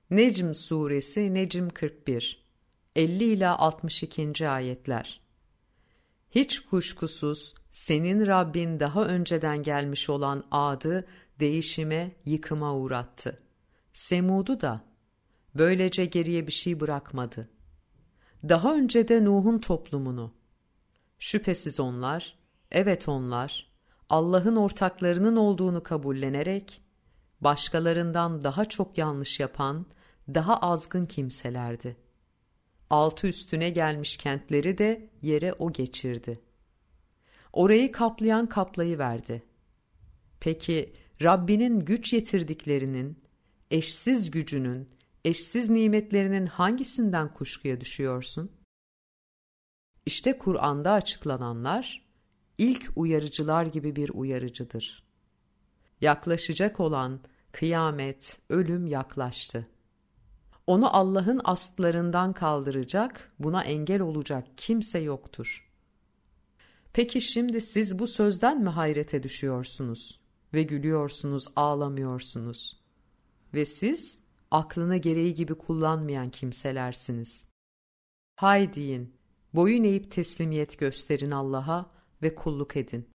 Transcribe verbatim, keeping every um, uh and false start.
Necm Suresi Necm kırk bir elli ila altmış ikinci ayetler. Hiç kuşkusuz senin Rabbin daha önceden gelmiş olan Ad'ı değişime, yıkıma uğrattı. Semud'u da böylece geriye bir şey bırakmadı. Daha önce de Nuh'un toplumunu. Şüphesiz onlar, evet onlar, Allah'ın ortaklarının olduğunu kabullenerek, başkalarından daha çok yanlış yapan, daha azgın kimselerdi. Altı üstüne gelmiş kentleri de yere o geçirdi. Orayı kaplayan kaplayıverdi. Peki Rabbinin güç yetirdiklerinin, eşsiz gücünün, eşsiz nimetlerinin hangisinden kuşkuya düşüyorsun? İşte Kur'an'da açıklananlar, ilk uyarıcılar gibi bir uyarıcıdır. Yaklaşacak olan kıyamet, ölüm yaklaştı. Onu Allah'ın astlarından kaldıracak, buna engel olacak kimse yoktur. Peki şimdi siz bu sözden mi hayrete düşüyorsunuz ve gülüyorsunuz, ağlamıyorsunuz? Ve siz aklını gereği gibi kullanmayan kimselersiniz. Hay deyin, boyun eğip teslimiyet gösterin Allah'a ve kulluk edin.